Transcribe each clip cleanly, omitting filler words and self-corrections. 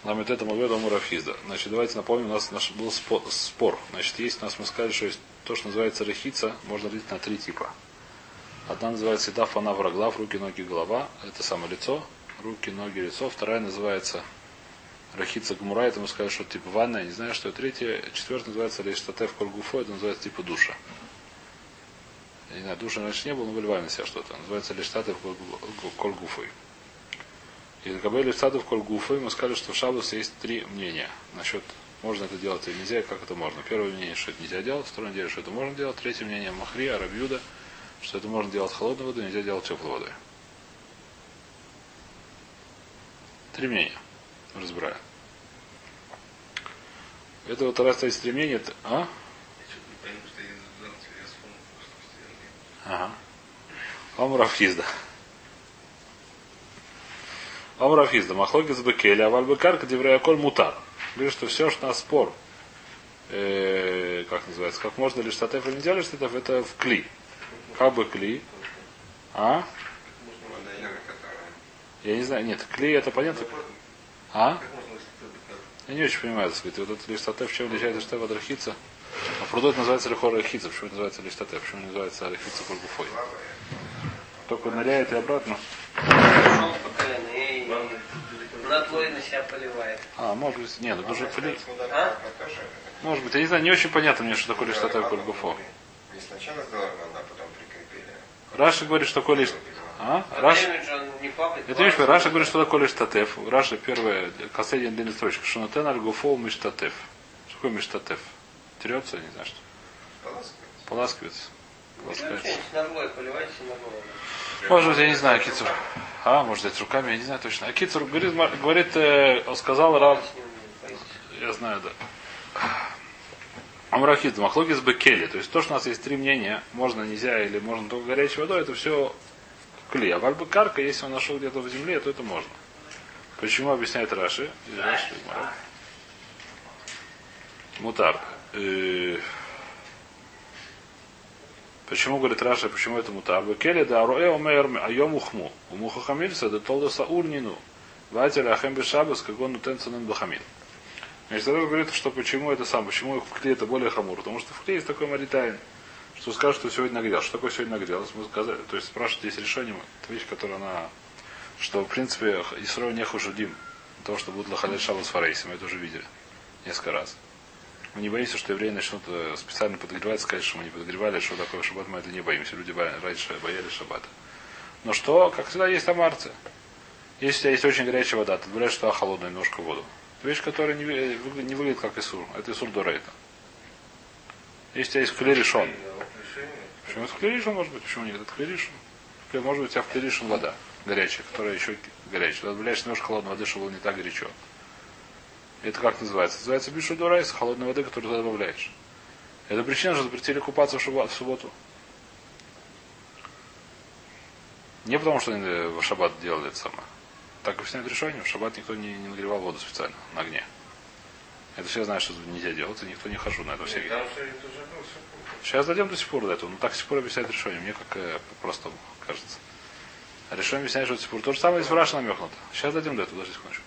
Ламит это Маведа Мурафизда. Значит, давайте напомним, у нас был спор. Значит, есть у нас, мы сказали, что есть то, что называется рехица, можно делить на три типа. Одна называется седав фана враглав, руки, ноги, голова. Это самое лицо. Руки, ноги, лицо. Вторая называется рахица гмура. Это мы сказали, что типа ванная. Не знаю, что это. Третья. Четвертая называется лештатев кольгуфо. Это называется типа душа. Я не знаю, душа раньше не было, но выливаем на себя что-то. Называется лештатев кольгуфой. И на Кабеле Садов Кольгуфы мы сказали, что в Шаббас есть три мнения. Насчет можно это делать или нельзя, и как это можно. Первое мнение, что это нельзя делать, второе мнение, что это можно делать, третье мнение Махри, Рабьюда, что это можно делать холодной водой, нельзя делать теплой водой. Три мнения. Разбираю. Это вот раз есть три мнения. А? Ага. Амурафизда. Амурафизда. Махлогис бекеля, а вальбекарка девреяколь мутар. Говорит, что все, что у нас спор, как называется, как можно ли штатев или нельзя ли штатев, это в кли. Как бы кли. А? Я не знаю, нет, кли это понятно. А? Я не очень понимаю, так сказать, вот этот лиштатев, в чем отличается штатев от рахица? А в пруду это называется лихор рахица, почему это называется лиштатев, почему называется рахица кольгуфой? Только ныряет и обратно. Надлой на себя поливает. А, может быть, нет, это уже полить. А? Может быть, я не знаю, не очень понятно мне, что такое лиштатев кольгуфо. Не сначала сделали, а потом прикрепили. Раша говорит, что такое лишь. А? Раша... Это не Раша говорит, что такое лиштатев. Раша первая, последняя длинная строчка. Шонатен аль-гуфо миштатев. Что такое миштатев? Трется, не знаю что. Поласкивается. Поласкивается. Может быть, я не знаю, Кицур. А, может быть, руками, я не знаю точно. А Кицур говорит, сказал Рав. Я знаю, да. Амрахид, махлогис бекели. То есть то, что у нас есть три мнения, можно, нельзя, или можно только горячей водой, это все кли. А вальбекарка, если он нашел где-то в земле, то это можно. Почему объясняет Раши? Раши Мутар. Почему говорит Раша, почему это мутар? Бекели да ароэ омер айом ухму. Умуха хамильса да толдоса урнину. Ватер ахем бешабас, как он утенцанен бахамин. Значит, Раша говорит, что почему это сам, почему в клей это более хамур. Потому что в клей есть такой маритайн, что скажут, что сегодня нагрел. Что такое сегодня нагрелось? Мы сказали, то есть спрашивают здесь решение, это вещь, которая она, что в принципе Исрой не хушудим, то, что будут лохалять шабас фарейсим, мы это уже видели несколько раз. Мы не боимся, что евреи начнут специально подогревать, сказать, что мы не подогревали, что такое шаббат, мы это не боимся. Люди раньше боялись шаббата. Но что, как всегда, есть амарцы. Если у тебя есть очень горячая вода, ты добавляешь туда холодную немножко воду. Это вещь, которая не выглядит как Исур. Это Исур Дорейта. Если у тебя есть клеришон. Почему это клеришон может быть? Почему нет? Это клеришон. Может быть, у тебя в клеришон вода горячая, которая еще горячая. Ты добавляешь немножко холодной воды, чтобы было не так горячо. Это как называется? Называется бишу дурайс, холодной воды, которую ты добавляешь. Это причина, что запретили купаться в субботу. Не потому, что они в шаббат делали это самое. Так объясняют решение. В шаббат никто не нагревал воду специально на огне. Это все знают, что нельзя делать, и никто не хожу на это все. Сейчас дойдем до сих пор до этого. Но так сих пор объясняет решение. Мне как просто кажется. А решение объясняет, что до сих пор. То же самое здесь в Раше намекнуто. Сейчас дойдем до этого, даже секундочку.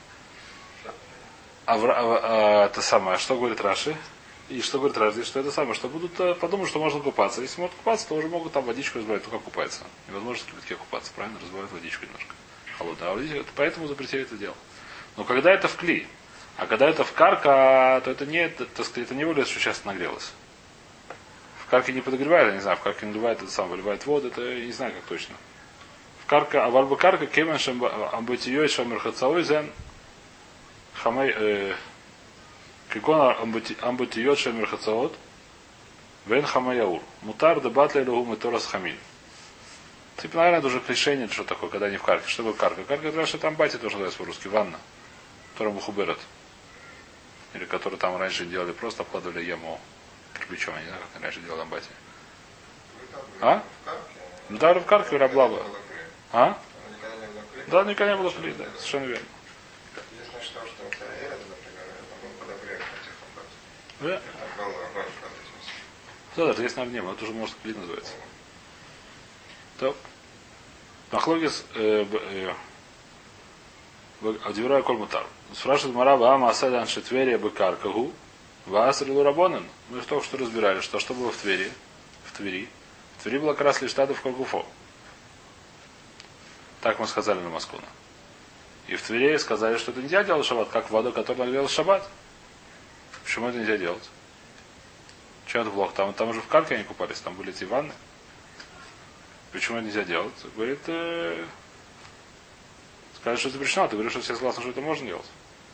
Это самое, что говорит Раши? И что говорит Раши? Что это самое, что будут подумать, что можно купаться. Если могут купаться, то уже могут там водичку разбавить. Только купается. Невозможно в кипятке купаться, правильно? Разбавить водичку немножко. Холодную. А водичку, поэтому запретили это дело. Но когда это в кли, а когда это в карка, то это не, так сказать, это не выглядит, что сейчас нагрелось. В карке не подогревает, я не знаю, в карке наливает это сам, выливает воду, это я не знаю как точно. В карка, а вальба карка, кемен амбатией шамерхацаой зен хамай кикона амбатиот шамерхацаот вен хамаяур. Мутар да батля лугу меторас хамин. Типа, наверное, это уже решение, что такое, когда не в карке. Что такое карка? Карка это что там бати тоже называется по-русски, ванна. Которую бухуберет. Или который там раньше делали, просто обкладывали яму кирпичом. Я не знаю, как они раньше делали амбати. А? Ну да, в карке раблава. А? Да, никогда не было клей, да, совершенно верно. Да. Да, здесь на огне, но это уже может клей называется. Так. Махлогис Адиврай коль мутар. Спрашивает Мараба, ама аседан шетверия бекаркагу, вас рилу рабонан. Мы же только что разбирали, что было в Твери. В Твери. В Твери было как раз лишь штатов колгуфо. Так мы сказали на Маскуна. И в Твери сказали, что это нельзя делать шаббат, как воду, которую нагрел шаббат. Почему это нельзя делать? Чем это плохо? Там уже в карке они купались, там были эти ванны. Почему это нельзя делать? Говорит, сказали, что запрещено, ты говоришь, что все согласны, что это можно делать.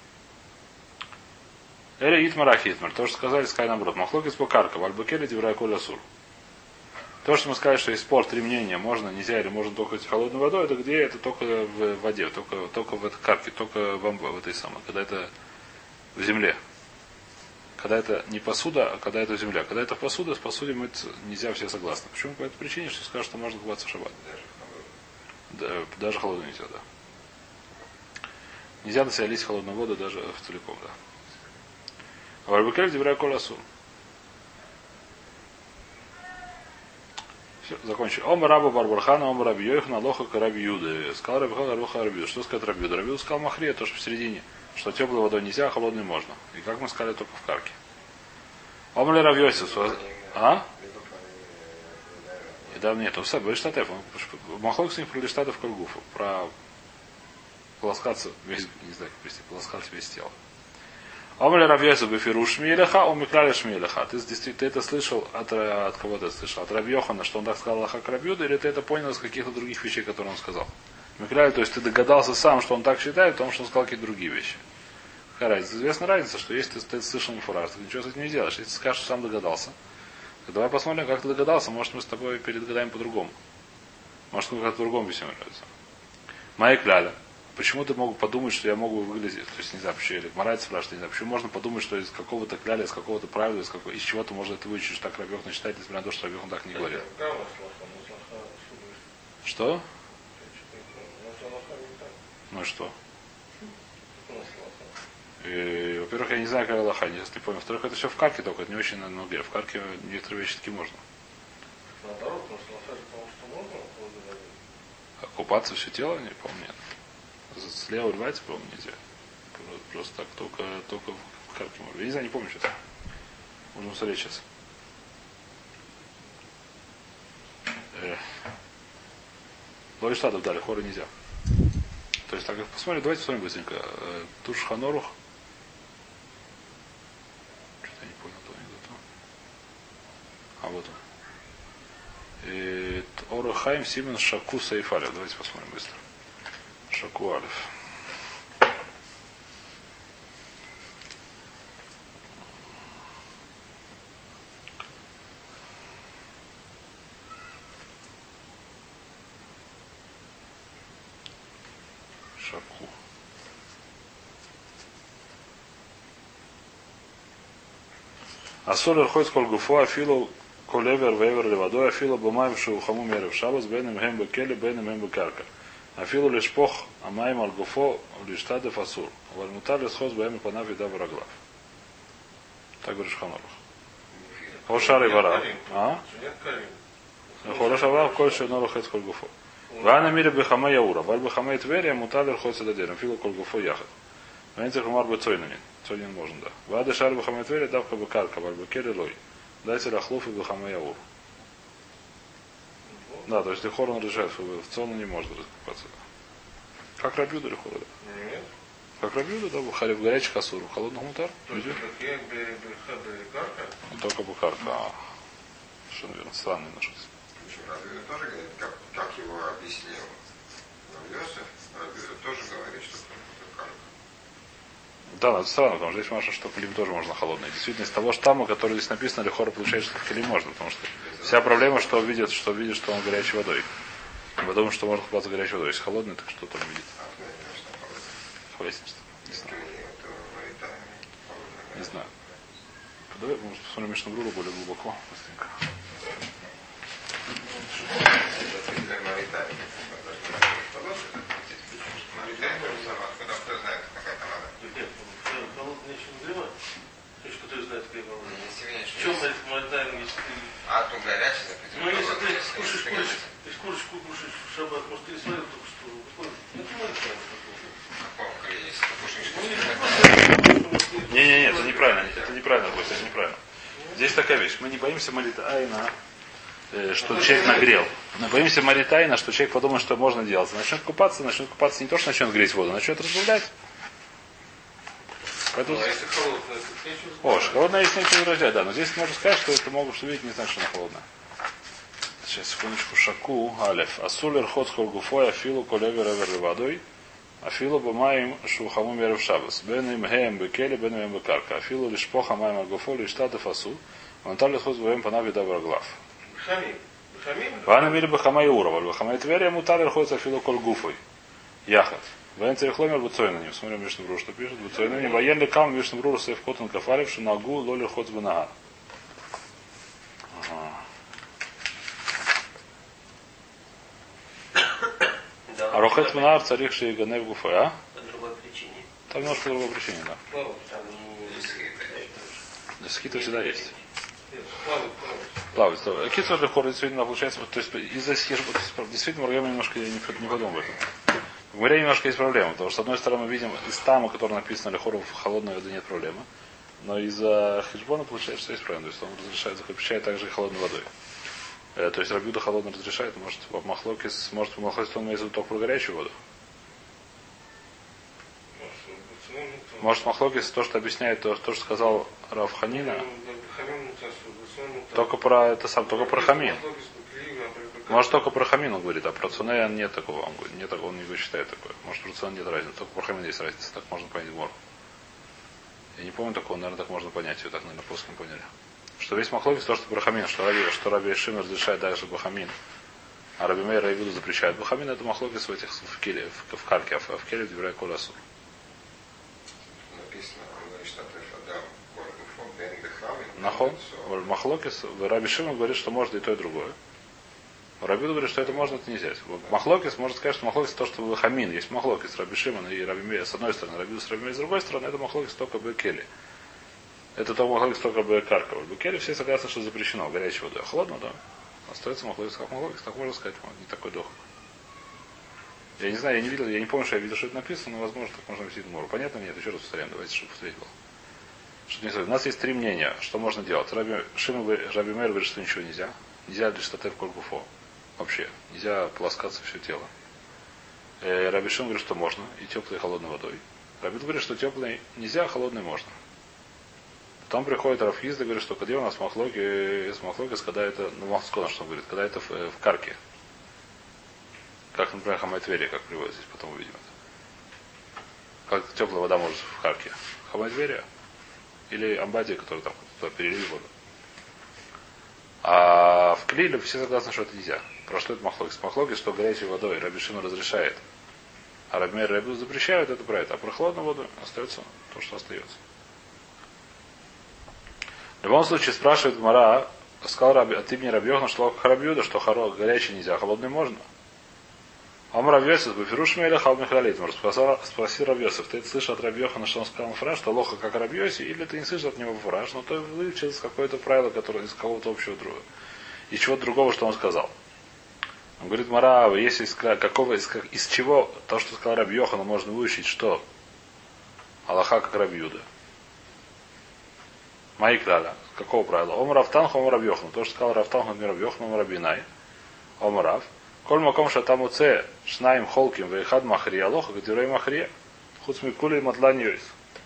Эля Итмар Ахитмар. То, что сказали, сказали наоборот. Махлокис по карка, вальбакели диврай коля сур. То, что мы сказали, что есть спор, три мнения, можно, нельзя или можно только холодной водой, это где? Это только в воде, только в этой карке, только в этой самой, когда это в земле. Когда это не посуда, а когда это земля. Когда это посуда, с посудой мыть нельзя, все согласны. Почему? По этой причине, что скажут, что можно купаться в шаббат. Даже холодную нельзя, да. Нельзя на себя лить холодную воду даже в целиком, да. А вальбекель диврай коль асур. Все, закончили. Ом раба Барбархана, ом раби Йохна, лоха к раби Юды. Сказал раби Хан, лоха раби Юды. Что сказать раби Юды? Раби Юды сказал махрия, то, что в середине. Что теплой водой нельзя, а холодной можно. И как мы сказали, только в карке. Ом ли раби Йосиф? А? И да, нет, все, были штатев. Махлок с них про штатов Кольгуфу. Про полоскаться весь, не знаю, как привести, полоскаться весь тело. Омли Рабьёса Бефиру Шмиелеха, Омикрали Шмиелеха. Ты это слышал от кого ты слышал? От Рабьёхана, что он так сказал Лаха Рабьюда, или ты это понял из каких-то других вещей, которые он сказал? Микрали, то есть ты догадался сам, что он так считает, потому что он сказал какие-то другие вещи. Какая разница? Известна разница, что если ты слышал мифураж, ты ничего с этим не делаешь. Если ты скажешь, что сам догадался, то давай посмотрим, как ты догадался. Может, мы с тобой передгадаем по-другому. Может, мы как-то по-другому все нравится. Майк Ляля. Почему ты мог подумать, что я могу выглядеть, то есть не знаю, почему, или Марайт спрашивает, не знаю, почему можно подумать, что из какого-то кляля, из какого-то правила, из чего-то можно это вычислить, что так Рабьёхан считает, несмотря на то, что Рабьёхан так не говорил. Что? Ну и что? Во-первых, я не знаю, какая Аллаха, если ты понял. Во-вторых, это все в карке только, это не очень на ноге. В карке некоторые вещи таки можно. Наоборот, потому что можно. А купаться все тело, не помню, нет. Слева рвать, по-моему, нельзя. Просто так, только в карке можно. Я не знаю, не помню сейчас. Можем смотреть сейчас. Лови штатов дали, хоры нельзя. То есть, так как посмотрим, давайте посмотрим быстренько. Туш Ханорух. Что-то я не понял, то анекдота. А вот он. Орахайм Симен Шаку Сайфалев. Давайте посмотрим быстро. Шаку Алиф. Шаку. Асоль рхойт коль гуфу афилу колевер вевер левадой афилу бумаем шухаму мерев шабас бейнем хем бекели бейнем хем бекарка. Афилу лишь пох амаем аль-гуфо лишь тадев асур. Вальмутар лисхоз бэми панав и да враглав. Так говоришь Ханорух. Ошар и вара. А? Хорош аврав коль шенору хэт коль гуфо. Вана мире бехама яура. Валь бехама тверия муталер ходит дадером. Филу коль гуфо яхат. Ванитер хумар бы цойнанин. Цойнин можно, да. Вады шар бехама тверия давка бекарка. Валь бекери лой. Дайте рахлуф и бехама яур. Да, то есть ты хорон решает, в цону не может раскупаться. Как Рабьюда или холода? Нет. Как Рабьюда, да, в горячих асур, в холодных мутар. Только бухарка. Что, наверное, странный нашелся. Рабьюда тоже говорит, как его объяснил Йосеф, Рабьюда тоже говорит, что это бухарка. Да, это странно, потому что здесь Маша, что клим тоже можно холодный. Действительно, из того штамма, который здесь написано, лихора получается, что клим можно, потому что вся проблема, что видит, что он горячей водой. Мы думаем, что можно купаться горячей водой. Если холодный, так что там видит? Хвастничество. Не знаю. Не знаю. Давай, может, посмотрим Мишнабруру более глубоко. Быстренько. В чем это мальтайм, если ты... А то горячий запретил. Ну, если ты курочку кушаешь в шаббат, может, ты не смотрел только что? Это мальтайм. Не, это неправильно. Это неправильно будет, это неправильно. Здесь такая вещь. Мы не боимся Маритайна, что человек нагрел. Мы боимся Маритайна, что человек подумает, что можно делать. Начнет купаться не то, что начнет греть воду, начнет разбавлять. Поэтому... Холодная есть нечего выражать, да. Но здесь можно сказать, что это могут видеть, не знаю, что она холодная. Сейчас, секундочку, шаку, алеф. Асулер ход холгуфой, афилу коллега ревер водой. Афилу бумаем шухаму мерев шабас. Бен им геем бекели, бен им бекарка. Афилу лишь поха маем агуфо, лишь таты фасу. Вантали ход боем панави доброглав. Вана мили бахамай уроваль. Бахамай тверия муталер ходит афилу кольгуфой. Яхат. Вен церехломер буцойнаним. Смотрим Вишнебру, что пишет. Буцойнаним. Воен ли кам Вишнебру сейф котан кафарев, шинагу лолер ход бенага. А рохет мнар царих шейганев гуфа, а? По другой причине. Там немножко по другой причине, да. Плавать там Да, скита всегда есть. Плавать. Плавать. Кицур лехор действительно получается, то есть из-за действительно Маргема немножко я не подумал об этом. В море немножко есть проблема, потому что с одной стороны мы видим из тама, который написано лехору в холодной воде нет проблемы. Но из-за хижбона получается, что есть проблема. То есть он разрешает, запрещает также и холодной водой. То есть Рабиуда холодно разрешает, может Махлокис, он имеет в виду только про горячую воду. Может Махлокис то, что объясняет то, что сказал Рав Ханина, только про это сам, только про хамин. Может только про хамин он говорит, а про цунея нет такого, он говорит, нет такого, он не считает такое. Может про цунея нет разницы, только про хамин есть разница, так можно понять Гмор. Я не помню такого, наверное, так можно понять, ее так, наверное, плоским поняли. Что весь Махлокис то, что Бахамин, что Раби Шимон разрешает даже Бахамин, а Раби Мейр Райвуду запрещает. Бахамин это Махлокис в этих в Келе, в Карке, а в Келе в Диврай Коласу. Написано, что Адам, Бен Бехамин. Нахон, Махлокис, Раби Шимон говорит, что может и то, и другое. Рабиуд говорит, что это можно, это нельзя. Махлокис может сказать, что Махлокис то, что Бахамин, есть Махлокис, Раби Шимон и Раби Мейр с одной стороны, Рабиуд с Раби Мейр с другой стороны, это Махлокис только Бекели. Это то Махлокис только Бекарка. В Бекеле все согласны, что запрещено горячей водой. А холодно, да. Остается Махлокис как Махлокис, так можно сказать, не такой дох. Я не знаю, я не видел, я не помню, что я видел, что это написано, но возможно, так можно объяснить Мору. Понятно? Нет, еще раз повторяем, давайте, чтобы повторить было. Что не у нас есть три мнения, что можно делать. Раби Мейр говорит, что ничего нельзя. Нельзя лишь статев кольгуфо. Вообще. Нельзя полоскаться все тело. Раби Шимон говорит, что можно, и теплой, и холодной водой. Раби говорит, что теплой нельзя, а холодной можно. Потом приходит Рав Хизда и говорит, что когда у нас махлокис, когда это, ну Махскон, что он говорит, когда это в карке. Как, например, Хамай Твери, как приводит здесь, потом увидим это. Как теплая вода может в карке. Хамай Твери или Амбади, который там перелили воду. А в Клиле все согласны, что это нельзя. Про что это Махлокис? Махлокис, что горячей водой Раби Шимон разрешает, а Раби Мейр Рабиуд запрещают, это про это. А про холодную воду остается то, что остается. В любом случае спрашивает Мара, сказал Раби, а ты мне Рабьёхна, что Рабьюда, что горячий нельзя, а холодный можно? А Муравьёсов, Бефируш Мейля, Халм Михалитмар, спросил Рабьёсов, ты слышал от Рабьёхана, что он сказал фраж, что лоха как Рабьёси, или ты не слышал от него фраж, но ты выучил из какое-то правило, которое из какого-то общего друга. Из чего-то другого, что он сказал. Он говорит, Мара, если из чего то, что сказал Рабьёхана, можно выучить, что Аллаха как Рабьюда. Мои краля. Какого правила? Ом Равтанх, Ом Рабьёхна. То, что сказал Равтанх, Ом Рабьёхна, Ом Рабинай. Ом Рав. Коль маком шатам уце шнаим холким вейхад махри алоха, который махри, хуцмикули матланьёйс.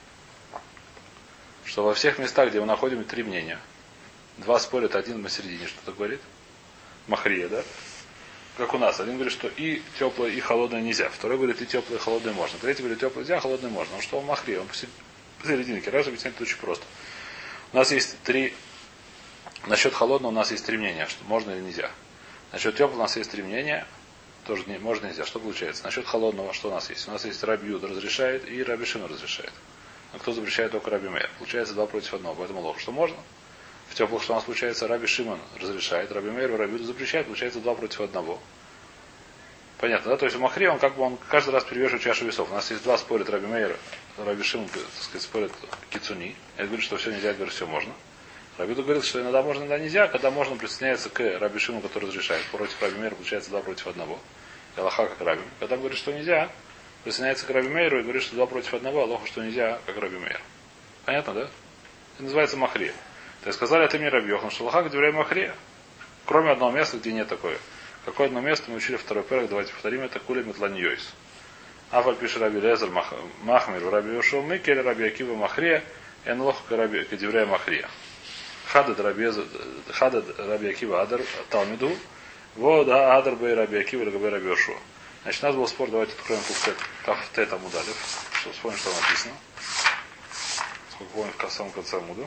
Что во всех местах, где мы находим три мнения, два спорят, один на середине что-то говорит. Махрия, да? Как у нас. Один говорит, что и теплое, и холодное нельзя. Второй говорит, и теплое, и холодное можно. Третий говорит, теплое нельзя, а холодное можно. Он что, он махрия, он посередине. Раш объясняет это очень просто. У нас есть три. Насчет холодного у нас есть три мнения, что можно или нельзя. Насчет теплого у нас есть три мнения, тоже не, можно нельзя. Что получается? Насчет холодного, что у нас есть? У нас есть Раби Юда разрешает и Раби Шимон разрешает. А кто запрещает только Раби Мейр? Получается два против одного, поэтому лох. Что можно? В теплых, что у нас получается, Раби Шимон разрешает, Раби Мейр и Раби Юда запрещает, получается два против одного. Понятно, да? То есть в Махре он как бы он каждый раз перевешивает чашу весов. У нас есть два спорят Раби Мейр, Раби Шимон, так сказать, спорят Кицуни. Я говорю, что все нельзя, я говорю, все можно. Рабиуда говорит, что иногда можно, иногда нельзя, когда можно присоединяется к Раби Шимону, который разрешает. Против Раби Мейра получается два против одного. И Аллаха как Раби. Когда говорит, что нельзя, присоединяется к Раби Мейру и говорит, что 2 против 1, а лоха, что нельзя, как Раби Мейр. Понятно, да? Это называется махрия. То есть сказали, ты мне Раби Йохан, что лоха, где махрия. Кроме одного места, где нет такое. Какое одно место мы учили второй перек, давайте повторим, это кули метланьойс. Афаль пишет Раби Лезер Махмир, Раби Йошуа Микель, Раби Акива Махрия, эн лоха кадеврея махрия. Хадад Раби Акива Адар Талмиду, вода Адар Бей Раби Акива или Раби Йошуа. Значит, у нас был спор, давайте откроем Кафте там удалив, чтобы вспомнить, что написано. Сколько помню в самом конце Амуда.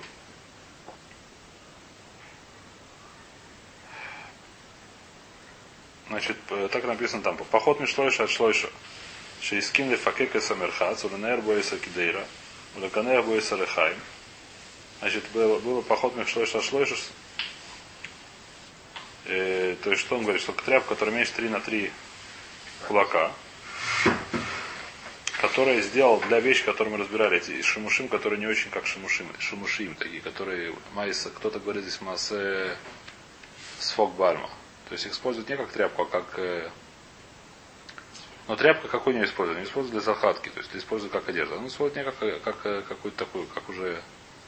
Значит, так написано там. Поход Мишлойша от Шлойша. Шейскин лифакека самерхац, улинер боиса кидейра, уликанер боиса лехайм. Значит, было поход Мишлойша от Шлойша. То есть, что он говорит, что тряпка, которая меньше 3 на 3 кулака, который сделал для вещи, которые мы разбирали, эти шимушим, которые не очень как шимушим такие, которые майса, кто-то говорит здесь массе сфок бальма. То есть их используют не как тряпку, а как... Но тряпка какой не используют? Не используют для захватки, то есть используют как одежда. Он использует не как какую-то такую, как уже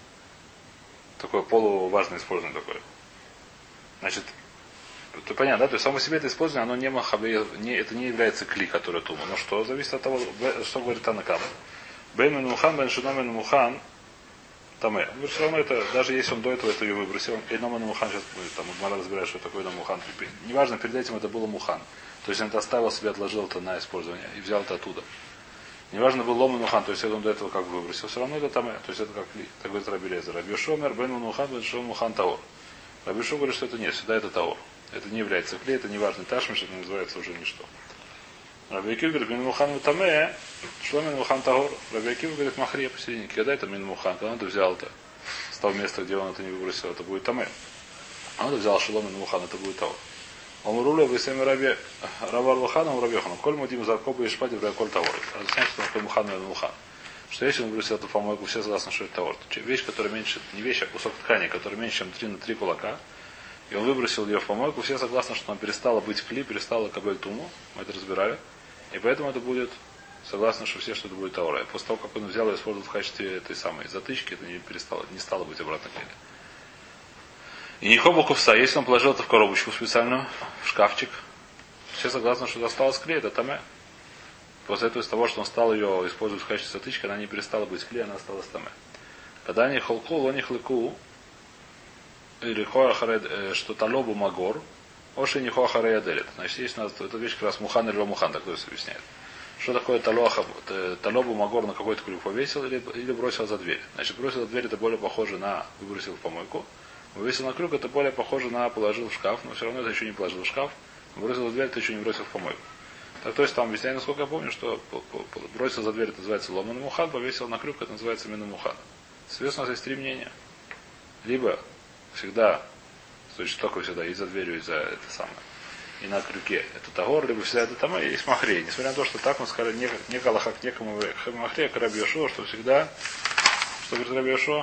такое полуважное использование такое. Значит, это понятно, да? То есть само себе это использование, оно не махабе, это не является кли, который тума. Но что? Зависит от того, что говорит Танакама. Бен мен мухан, бен шино мен мухан, там все равно это, даже если он до этого это ее выбросил, и но мен мухан сейчас будет, там Гмара разбирает, что такое мухан. Неважно, перед этим это было мухан. То есть он это оставил себе, отложил это на использование и взял это оттуда. Неважно, был ломен мухан, то есть он до этого как выбросил, все равно это там, то есть это как ли. Так говорит Раби Лезер. Раби Шомер, бен мухан, бен шон мухан таор. Раби Шо говорит, что это нет, всегда это таор. Это не является клей, это не важный ташмиш, это называется уже ничто. Раби Акив говорит, мин мухан таме, шло мин мухан тагор. Раби Акив говорит, махрия посередине. Когда это мин мухан? Когда он это взял это с того места, где он это не выбросил, это будет таме. А он это взял шло мин мухан, это будет тагор. Он руля высеми раби равар луханом рабьеханом. Коль мудим заркоба и шпади в коль тагор. Разъясняет, что такое мухан мин мухан. Что если он выбросил эту помойку, все согласны, что это тагор. Вещь, которая меньше, не вещь, а кусок ткани, который меньше, чем 3 на 3 кулака, и он выбросил ее в помойку, все согласны, что она перестала быть кли, перестала кабель туму, мы это разбирали, и поэтому это будет, согласны, что все, что это будет таура. И после того, как он взял и использовал в качестве этой самой затычки, это не стало быть обратно клей. И не хоба кувса, если он положил это в коробочку специальную, в шкафчик, все согласны, что осталось клей, это таме. После этого, из того, что он стал ее использовать в качестве затычки, она не перестала быть клей, она осталась таме. Когда они холку, лони хлыку, или хоахаред, что талобу магор, оши не хоахареяделит. Значит, есть у нас эта вещь как раз мухан или мухан, так кто это объясняет. Что такое талобу магор на какой-то крюк повесил или бросил за дверь. Значит, бросил за дверь, это более похоже на выбросил в помойку. Вывесил на крюк, это более похоже на положил в шкаф, но все равно это еще не положил в шкаф. Бросил за дверь, это еще не бросил в помойку. Так, то есть там объясняет, насколько я помню, что бросил за дверь, это называется ломан мухан, повесил на крюк, это называется мину мухан. Соответственно, у нас есть 3 мнения. Либо всегда, то есть только всегда, и за дверью, и за это самое, и на крюке это тагор, либо всегда это там, и есть махрей. Несмотря на то, что так мы сказали, не калахак, не махрей, а Раби Йошуа, что всегда, что говорит Раби Йошуа?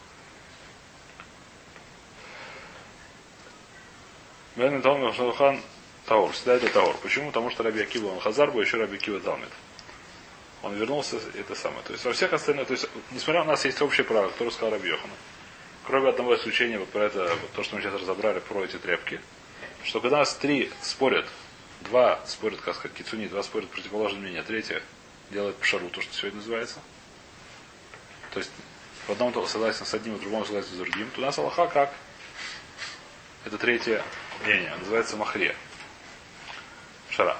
Бен Томер Шалхан Тагор, всегда это тагор. Почему? Потому что Раби Акива, он хазарбу, еще Раби Акива Талмид. Он вернулся, это самое. То есть во всех остальных, то есть, несмотря на нас есть общее правило, которое сказал Раби Йохана. Кроме одного исключения, вот про это, вот то, что мы сейчас разобрали, про эти тряпки, что когда нас 3 спорят, 2 спорят, как сказать, кицуни, 2 спорят противоположное мнение, 3 делает пшару, то, что сегодня называется. То есть в одном согласен с одним, в другом согласен с другим. То у нас Аллаха как? Это 3 мнение, называется махрия. Шара.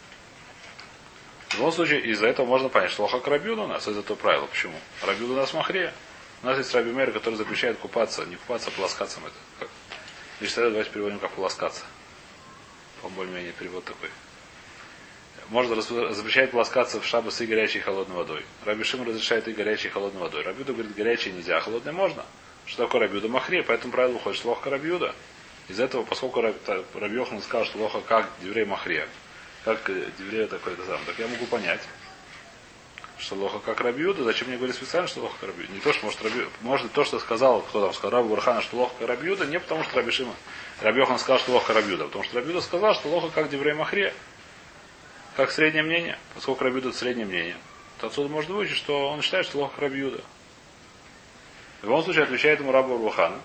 В любом случае, из-за этого можно понять, что Аллаха Рабиуда у нас, из этого правила. Почему? Рабиуда у нас махрия. У нас есть Раби Мейр, который запрещает купаться, не купаться, а полоскаться. Это как? Лишь тогда давайте переводим как полоскаться. По более-менее перевод такой. Можно запрещать полоскаться в шаббас и горячей и холодной водой. Раби Шимон разрешает и горячей и холодной водой. Рабиуда говорит, горячей нельзя, а холодной можно. Что такое Рабиуда махрия? Поэтому правило выходит, что лоха Рабиуда. Из-за этого, поскольку Раби Йохан сказал, что лоха как деврей махрия, как деврей такой-то сам, так я могу понять, что лоха как Рабиуда, зачем мне говорить специально, что лоха как Рабиуда? Не то, что может то, что сказал, кто там сказал, Раби Бархана, что лоха как Рабиуда, не потому что Раби Йохан сказал, что лоха Рабиуда, потому что Рабиуда сказал, что лоха как деврей махрия. как среднее мнение, поскольку Раби Юда среднее мнение, то отсюда можно выучить, что он считает, что лох Раби Юда. В любом случае отвечает ему Рабу Арбухана.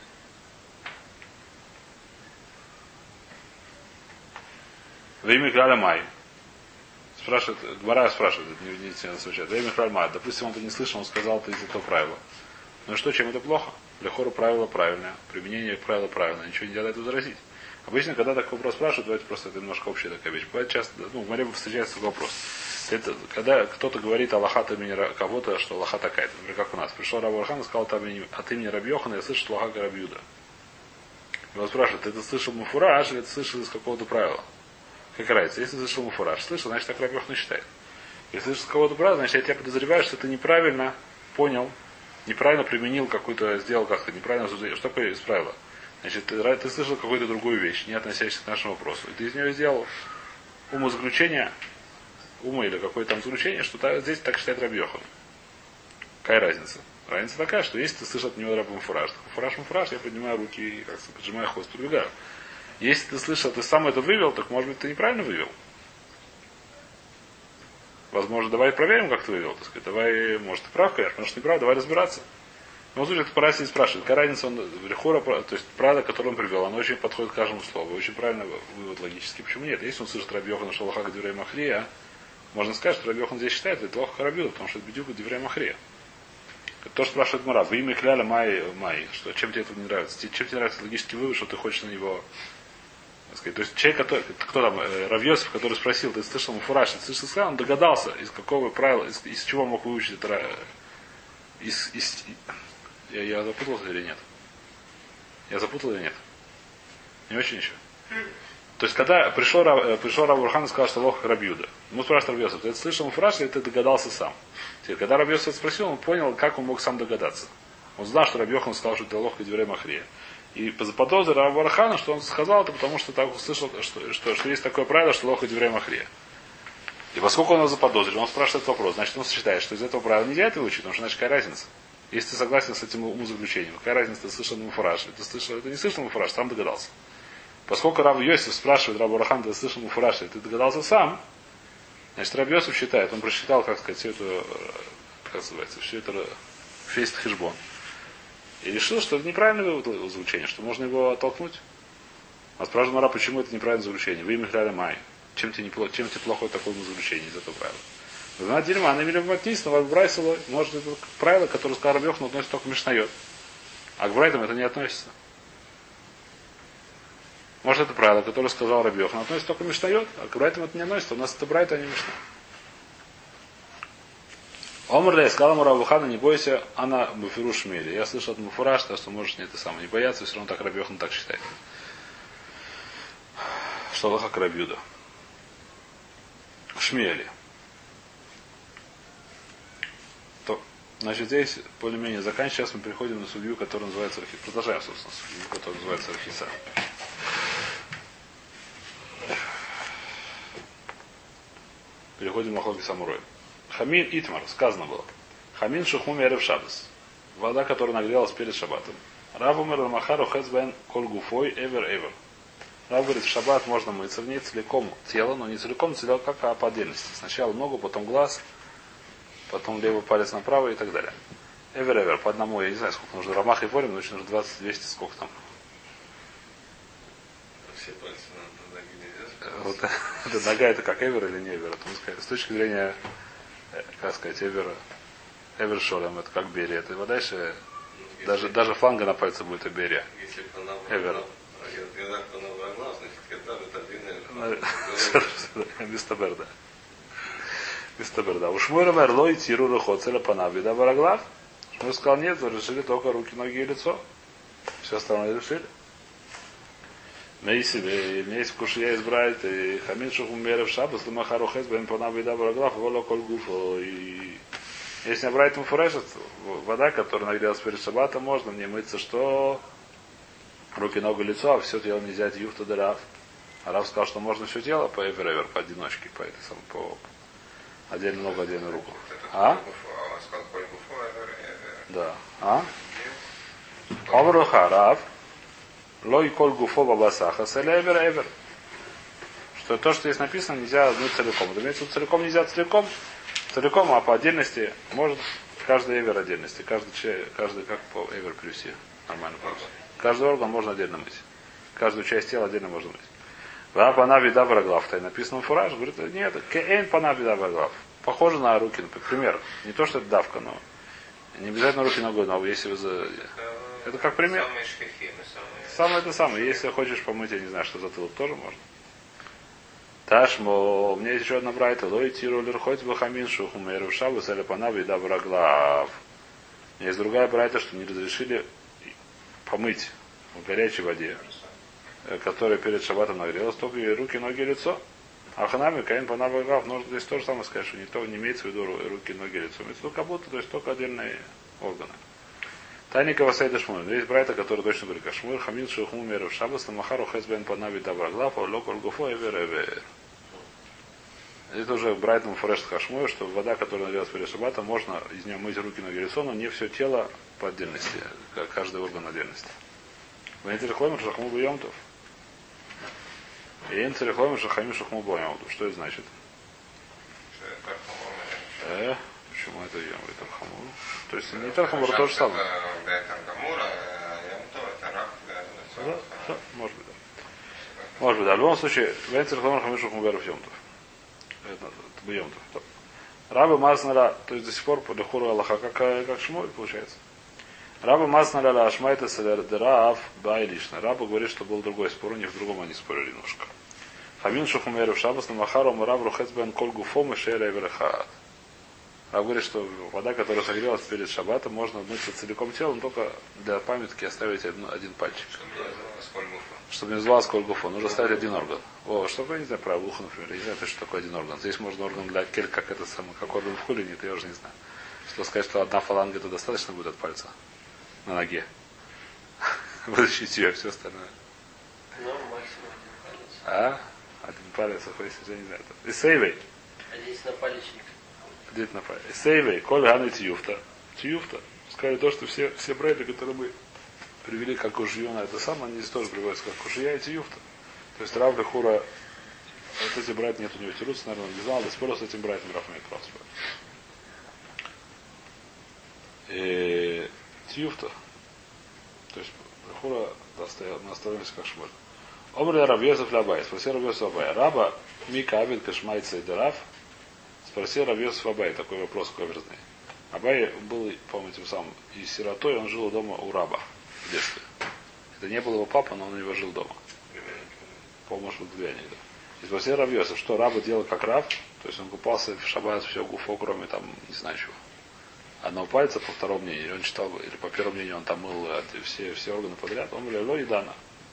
Во имя Краля Май. Спрашивает, Гмара спрашивает, не случайно. Во имя Краля Май. Допустим, он это не слышал, он сказал, это из этого правила. Ну и что, чем это плохо? Для хора правило правильное, применение правила правильное, ничего не делает возразить. Обычно, когда такой вопрос спрашивают, давайте просто это немножко общая такая вещь. Бывает часто, в Гмаре встречается такой вопрос. Это, когда кто-то говорит Аллаха от имени кого-то, что Аллаха такая-то. Например, как у нас. Пришел Раб Архан и сказал от имени Раби Йохана, я слышу, что Аллаха Раби Юда. Его спрашивают, ты это слышал муфураж или ты слышал из какого-то правила? Как разница? Если ты слышал муфураж, слышал, значит так Раби Йохан считает. Если ты слышал из какого-то правила, значит я тебя подозреваю, что ты неправильно понял, неправильно применил какую-то, сделал как-то, неправильно. Что такое из правила? Значит, ты слышал какую-то другую вещь, не относящуюся к нашему вопросу. И ты из нее сделал умозаключение, или какое-то там заключение, что здесь так считает Раби Йохан. Какая разница? Разница такая, что если ты слышал от него Раби Муфураж, муфураж, я поднимаю руки и как поджимаю хвост, подвигаю. Если ты слышал, ты сам это вывел, так может быть ты неправильно вывел. Возможно, давай проверим, как ты вывел. Так сказать. Давай, может, ты прав, конечно, может, не прав, давай разбираться. Но вот это пора себе спрашивает. Какая разница, он Рехора, то есть правило, которое он привел, оно очень подходит к каждому слову. Очень правильно вывод логический. Почему нет? Если он слышит Раби Йохана Шалаха Деврей Махрия, можно сказать, что Раби Йохан здесь считает, это лох Раби Юда, потому что это бедюка Деврей Махрия. То, что спрашивает Мара, вы имя Кляля Май, что, чем тебе это не нравится? Чем тебе нравится логический вывод, что ты хочешь на него сказать. То есть человек, кто там, Рав Йосиф, который спросил, ты слышал муфураж, ты слышал сказал, он догадался, из какого правила, из чего мог выучить это. Я запутался или нет? Я запутал или нет? Не очень еще. То есть, когда пришел Рав Урхан и сказал, что лох Раби Юда. Ему спрашивает Рав Йосиф, ты это слышал муфураж или ты догадался сам? Теперь, когда Рав Йосиф спросил, он понял, как он мог сам догадаться. Он знал, что Раби Йохан сказал, что это лох Деврей Махрия. И заподозрил Рава Архана, что он сказал это, потому что так услышал, что есть такое правило, что лох Деврей Махрия. И поскольку он его заподозрил, он спрашивает этот вопрос, значит он считает, что из этого правила нельзя это выучить, потому что значит какая разница. Если ты согласен с этим умозаключением, какая разница, ты слышал муфураж, ты слышал, это не слышал муфураж, сам догадался. Поскольку Рав Йосиф спрашивает Рабу Архан, ты слышал муфураж, ты догадался сам, значит Рав Йосиф считает, он просчитал, как сказать, все это, как называется, все это весь этот хижбон. И решил, что это неправильное вывод заключения, что можно его оттолкнуть. А спрашивает Мара, почему это неправильное заключение? Вы имя Хляля Май. Чем тебе плохое такое заключение из этого правила? Знать дерьма, она имели вматнись, но Брайсово, может, это правило, которое сказал Рав Йохан, относится только к Мишнайот. А к Брайтам это не относится. Может, это правило, которое сказал Рав Йохан, относится только к Мишнайот, а к Брайтам это не относится. У нас это Брайта, а не Мишна. Омрле сказал ему Рав Ухана, не бойся, она буферу шмели. Я слышал от муфураж, что можешь не это самое, не бояться, все равно так Рав Йохан так считает. Что Аллаха к Рав Юда. Шмели. То, значит, здесь более-менее заканчиваем. Сейчас мы переходим на судью, которая называется Архиса. Продолжаем, собственно, судью, которая называется Архиса. Переходим на Хлоки Самурой. Хамин Итмар, сказано было. Хамин Шухмуми Эрев Шабас. Вода, которая нагрелась перед Шаббатом. Рав умер Ламахару Хэцбен Кольгуфой Эвер. Рав говорит, в Шаббат можно мыться в ней целиком тело, но не целиком тело, как по отдельности. Сначала ногу, потом глаз, потом левый палец направо и так далее. Эвер. По одному, я не знаю, сколько нужно. Рамах и Ворим, но очень нужно 20-200, сколько там. Все пальцы на ноге нельзя. Вот эта нога это как Эвер или не Эвер? С точки зрения, как сказать, Эвер Шолем, это как Берия. Это дальше, даже фланга на пальце будет и Берия. Если по Эвер. Когда по новоглаз, значит, когда это один Мистер да. Мистер да. У Шмуэля Мерло и Тиру Рухоцеля Панавида Вараглав. Шмуэль сказал, нет, разрешили только руки, ноги и лицо. Все остальное решили. Есть кушия избрать, и Хамин Шухумерев Шабас, Ламахару Хэс, Бен Панавида Вараглав, Воло Кольгуфо. И если не брать муфурешет, вода, которая нагрелась перед Шаббатом, можно в ней мыться, что руки, ногу, лицо, а все тело нельзя юфта да Рав. А Рав сказал, что можно все тело по эвер, по одиночке, по этой самой, по отдельно ногу, отдельную руку. А? Да. А? Омруха Рав. Лой коль гуфо бабасаха селевер эвер. что то, что здесь написано, нельзя одну целиком. Разумеется, целиком нельзя целиком, а по отдельности может каждый эвер отдельности. Каждый как по эвер привести нормально просто. Каждый орган можно отдельно мыть. Каждую часть тела отдельно можно мыть. Ва пана вида враглав. Там написано фураж. Говорит, нет, кеэн пана вида враглав. Похоже на руки, например. Не то, что это давка, но не обязательно руки ногой, но если вы это как пример. Самые шкафи, Самое это самое. Если хочешь помыть, я не знаю, что затылок тоже можно. Ташмо, у меня есть еще одна брайта. Лой тирулер хоть бахамин шухумеру шабу салепана вида враглав. У меня есть другая брайта, что не разрешили помыть в горячей воде, которая перед шаббатом нагрелась, только руки, ноги, лицо. А ханами, каин панавагав, нужно здесь тоже самое сказать, что не имеется в виду руки, ноги, лицо. Имеется как будто, то есть только отдельные органы. Тайника Васайда Шмуль. Есть братья, которые точно говорят, как Шмуль, Хамин, Шухму, Меров, Шабас, Намахару, Хэсбен, Панави, Давраглав, Лок, Ольгуфо, Эвер. Это уже Брайтон Фореш Хашмой, что вода, которая нагрелась перед шаббатом, можно из нее мыть руки, ноги, лицо, но не все тело по отдельности, каждый орган отдельности. Ванитель Хломер, Шахму Бьемтов. И Энцель Хломер, Шахамин, Шахму Бьемтов. Что это значит? Почему это Йом? Это Хамур? То есть не Тархамур, то же самое. Да, может быть, да. Может быть, да. В любом случае, Венцер Хламар Хамишу Хумгаров Йомтов. Это Йомтов. Раба Мазнара, то есть до сих пор по Лехуру Аллаха, как Шмуль получается. Раба Мазнара Ла Ашмайта Селердерав Бай лично. Раба говорит, что был другой спор, у них в другом они спорили немножко. Хамин Шухумеров Шабас Намахару Мурабру Хецбен Кольгу Фом и Шейра Эверхаат. А говорит, что вода, которая согрелась перед шаббатом, можно мыться целиком телом, только для памятки оставить один пальчик. Чтобы не звалось кольгуфо. Нужно оставить один орган. Что такое, не знаю, про ухо, например. Я не знаю, что такое один орган. Здесь можно орган для кель, как это самое, как орган в хуле, нет, я уже не знаю. Что сказать, что одна фаланга, это достаточно будет от пальца на ноге. Вытащить ее, все остальное. Ну, максимум один палец. А? Один палец, я не знаю. И сейвей. А здесь напалечник. Сейвей, коль ганы тиюфта. Тиюфта. Сказали то, что все брейды, которые мы привели как кушью на это самое, они здесь тоже приводятся как кушья и тиюфта. То есть Рав Лехура, вот эти брайты нет у него тируц, наверное, не знал, да спорил с этим брайтом Рав имеет право спорить. Тиюфта. То есть Лехура мы остановимся как шмоль. Омри Рав Йосеф Лабай. Спросил Рав Йосеф Лабай. Раба Мика Абид Кашмайца и Дерав. Спросил Рав Йосеф Абай, такой вопрос каверзный. Абай был, помните, сам и сиротой, он жил дома у раба в детстве. Это не был его папа, но он у него жил дома. Может быть, две да. И спросил Рав Йосеф, что раба делал как раб, то есть он купался в шаббат все гуфо, кроме там, не знаю чего. Одного пальца, по второму мнению, он читал, или по первому мнению, он там мыл все органы подряд. Он говорил, Ло и Дана.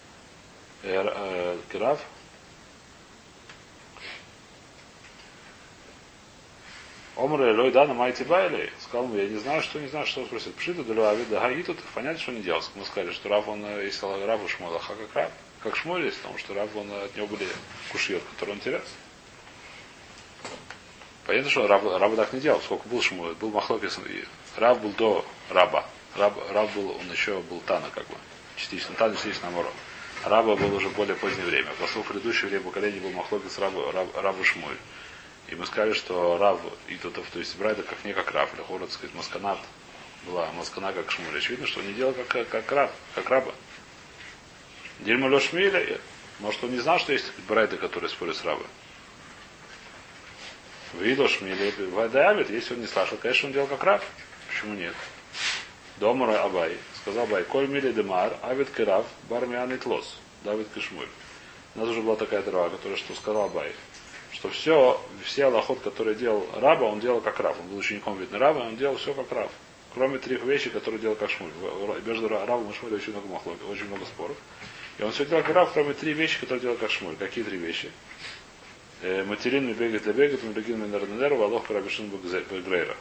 Рав. Омре Лой Дана Майти Байли, сказал ему, я не знаю, что спросил. Пшита Дулюави Дагаи тут понятно, что не делал. Мы сказали, что Рав, он, если Рав у Шмолаха, как Рав, как Шмоль есть, потому что Рав, он, от него были кушьет, которые он терялся. Понятно, что Рав так не делал, сколько был Шмоль, был Махлокис, Рав был до Раба. Рав был, он еще был Тана, как бы, частично Тана, частично Аморо. Раба был уже более позднее время. Поскольку в предыдущее время поколение был Махлокис Рав Шмоль. И мы сказали, что Рав и то есть Брайда как не как Рав, или Хород, сказать, Масканат была Маскана как Шмуль. Очевидно, что он не делал как Рав, как Раба. Дельма Лошмиля, может он не знал, что есть Брайда, которые спорят с Рабой. Видел Шмиля, Вайдаавит, если он не слышал, конечно, он делал как Рав. Почему нет? Домара Абай, сказал Абай, Коль Мили Демар, Авит Кирав, Бармиан и Тлос, Давид Кишмуль. У нас уже была такая трава, которая что сказал Абай. Что все аллахот, которые делал раба, он делал как раб. Он был учеником, видно, раба, он делал все как раб. Кроме 3 вещей, которые делал как Шмуль. Между рабом и Шмулем очень много махлоки, очень много споров. И он все делал как раб, кроме 3 вещи, которые делал как Шмуль. Какие 3 вещи? Материн бегает для бегает, Мелегин Менернеру, Алох Карабишин Бегрейра.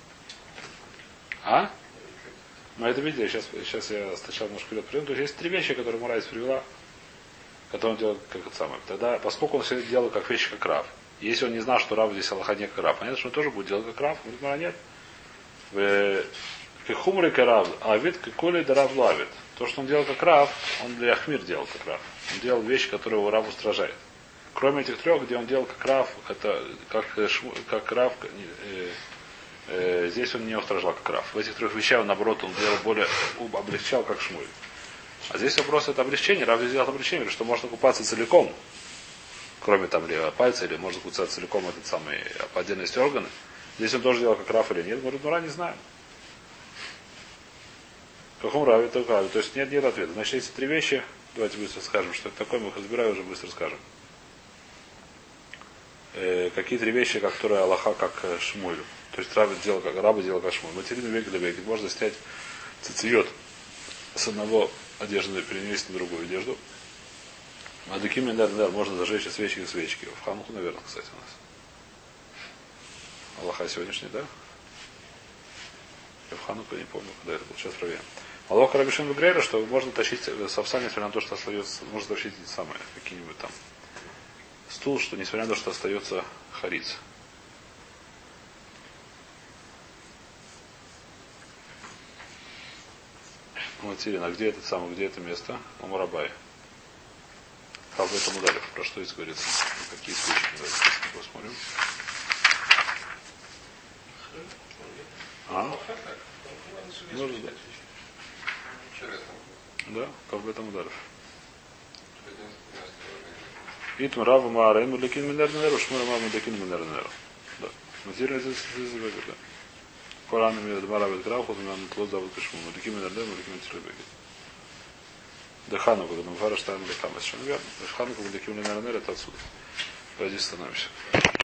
А? Мы это видели, сейчас я сначала немножко вперед приведу. То есть есть 3 вещи, которые Мурайс привела, который он делал как это самое. Тогда, поскольку он все делал как вещи, как Рав, если он не знал, что Рав здесь Аллаха не как Рав, понятно, что он тоже будет делать как Рав. Он говорит, нет. Кехумры Рав, а вид Коли да Рав лавит. То, что он делал как Рав, он для Ахмир делал как Рав. Он делал вещи, которые его Рав устражает. Кроме этих трех, где он делал как Рав, это как Рав, здесь он не устражал как Рав. В этих трех вещах, наоборот, он делал более, облегчал как Шмуль. А здесь вопрос это облегчение. Рав сделал облегчение, что можно купаться целиком, кроме там левого пальца, или можно купаться целиком этот самый, по отдельности органы. Здесь он тоже делал как Рав или нет. Говорит, не знаем. В каком Раве, то Раве. То есть нет ответа. Значит, эти три вещи, давайте быстро скажем, что это такое, мы их разбираем, уже быстро скажем. Какие три вещи, которые Аллаха как Шмуль. То есть Раба делал как Шмуль. Материну век для века. Можно снять цицийот с одного одежды перенести на другую одежду. А дуким можно зажечь свечки и свечки. В Хануху, наверное, кстати, у нас. Аллаха сегодняшний, да? Я в Хануку не помню, когда это было. Сейчас проверим. Аллаха Рабишин Грейра, что можно тащить с овса, несмотря на то, что остается, можно тащить эти самые, какие-нибудь там стул, что несмотря на то, что остается хариц. Материна, где этот самый, где это место? У Мурабай. Как в этом ударе? Про что здесь говорится? Какие свечки? Давайте посмотрим. Может быть. Да, как в этом ударов. Итм Рава Маарен Мудакин Минернеру, Шмура Мудакин Минернеру. Да. Материна здесь да. Коран имеет Маравит Графу, нам тло зовут Кашму. Мудакин Минернеру, Мудакин Минернеру. Да Хануку, когда мы фара ставим Лехам. Это что, наверное? Хануку, Мудакин Минернеру, это отсюда. Пойди становимся.